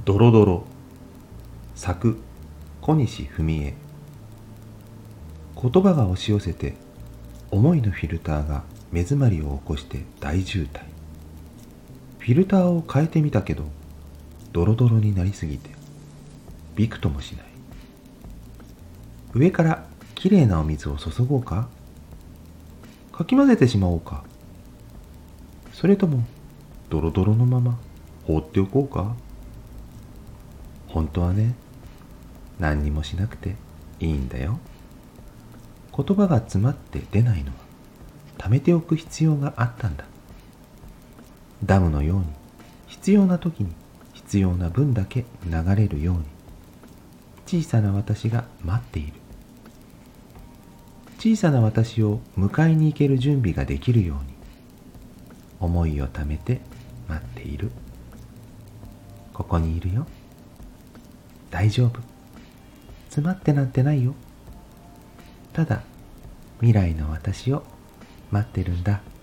ドロドロ。作小西文江。言葉が押し寄せて思いのフィルターが目詰まりを起こして大渋滞。フィルターを変えてみたけどドロドロになりすぎてびくともしない。上からきれいなお水を注ごうか、かき混ぜてしまおうか、それともドロドロのまま放っておこうか。本当はね、何にもしなくていいんだよ。言葉が詰まって出ないのは溜めておく必要があったんだ。ダムのように必要な時に必要な分だけ流れるように、小さな私が待っている。小さな私を迎えに行ける準備ができるように、思いをためて待っている。ここにいるよ。大丈夫。詰まってなんてないよ。ただ未来の私を待ってるんだ。